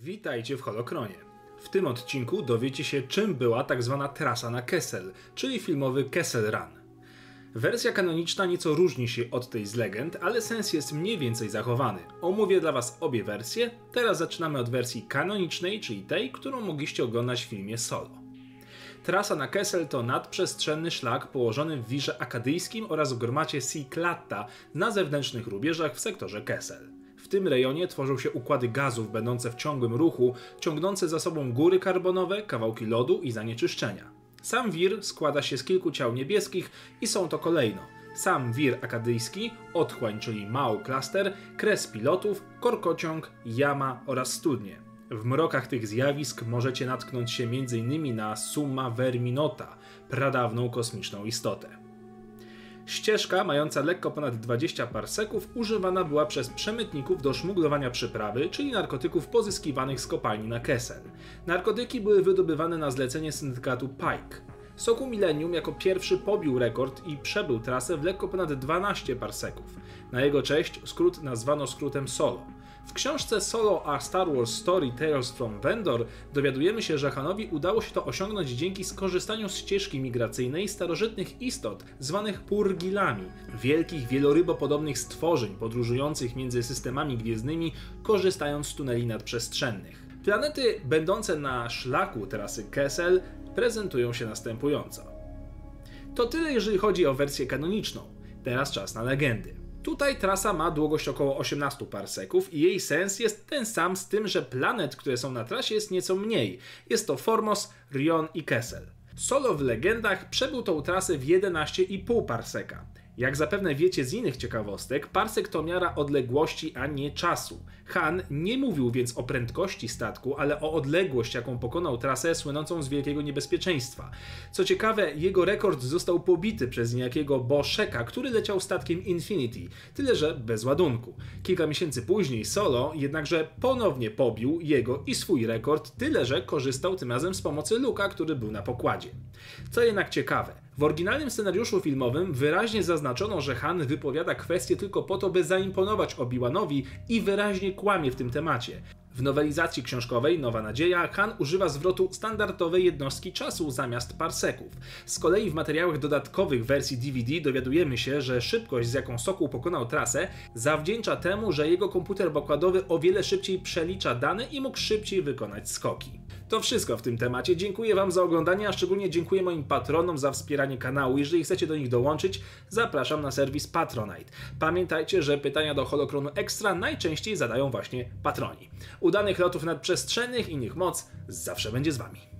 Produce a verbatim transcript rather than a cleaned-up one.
Witajcie w Holokronie. W tym odcinku dowiecie się, czym była tak zwana trasa na Kessel, czyli filmowy Kessel Run. Wersja kanoniczna nieco różni się od tej z legend, ale sens jest mniej więcej zachowany. Omówię dla was obie wersje. Teraz zaczynamy od wersji kanonicznej, czyli tej, którą mogliście oglądać w filmie Solo. Trasa na Kessel to nadprzestrzenny szlak położony w wirze akadyjskim oraz w gromacie Cyclata na zewnętrznych rubieżach w sektorze Kessel. W tym rejonie tworzą się układy gazów będące w ciągłym ruchu, ciągnące za sobą góry karbonowe, kawałki lodu i zanieczyszczenia. Sam wir składa się z kilku ciał niebieskich i są to kolejno sam wir akadyjski, otchłań, czyli Mao Cluster, kres pilotów, korkociąg, jama oraz studnie. W mrokach tych zjawisk możecie natknąć się między innymi na Summa Verminota, pradawną kosmiczną istotę. Ścieżka, mająca lekko ponad dwadzieścia parseków, używana była przez przemytników do szmuglowania przyprawy, czyli narkotyków pozyskiwanych z kopalni na Kessel. Narkotyki były wydobywane na zlecenie syndykatu Pike. Soku Millennium jako pierwszy pobił rekord i przebył trasę w lekko ponad dwanaście parseków. Na jego cześć skrót nazwano skrótem Solo. W książce Solo A Star Wars Story Tales from Vendor dowiadujemy się, że Hanowi udało się to osiągnąć dzięki skorzystaniu z ścieżki migracyjnej starożytnych istot zwanych purgilami, wielkich wielorybopodobnych stworzeń podróżujących między systemami gwiezdnymi, korzystając z tuneli nadprzestrzennych. Planety będące na szlaku trasy Kessel prezentują się następująco. To tyle, jeżeli chodzi o wersję kanoniczną. Teraz czas na legendy. Tutaj trasa ma długość około osiemnastu parseków i jej sens jest ten sam, z tym, że planet, które są na trasie, jest nieco mniej. Jest to Formos, Rion i Kessel. Solo w legendach przebył tą trasę w jedenaście i pół parseka. Jak zapewne wiecie z innych ciekawostek, parsek to miara odległości, a nie czasu. Han nie mówił więc o prędkości statku, ale o odległość, jaką pokonał trasę słynącą z wielkiego niebezpieczeństwa. Co ciekawe, jego rekord został pobity przez niejakiego Bo Sheka, który leciał statkiem Infinity, tyle że bez ładunku. Kilka miesięcy później Solo jednakże ponownie pobił jego i swój rekord, tyle że korzystał tym razem z pomocy Luke'a, który był na pokładzie. Co jednak ciekawe, w oryginalnym scenariuszu filmowym wyraźnie zaznaczono, że Han wypowiada kwestię tylko po to, by zaimponować Obi-Wanowi i wyraźnie kłamie w tym temacie. W nowelizacji książkowej Nowa Nadzieja Han używa zwrotu standardowej jednostki czasu zamiast parseków. Z kolei w materiałach dodatkowych wersji D V D dowiadujemy się, że szybkość, z jaką Sokół pokonał trasę, zawdzięcza temu, że jego komputer pokładowy o wiele szybciej przelicza dane i mógł szybciej wykonać skoki. To wszystko w tym temacie. Dziękuję wam za oglądanie, a szczególnie dziękuję moim patronom za wspieranie kanału. Jeżeli chcecie do nich dołączyć, zapraszam na serwis Patronite. Pamiętajcie, że pytania do Holokronu Extra najczęściej zadają właśnie patroni. Udanych lotów nadprzestrzennych i niech moc zawsze będzie z wami.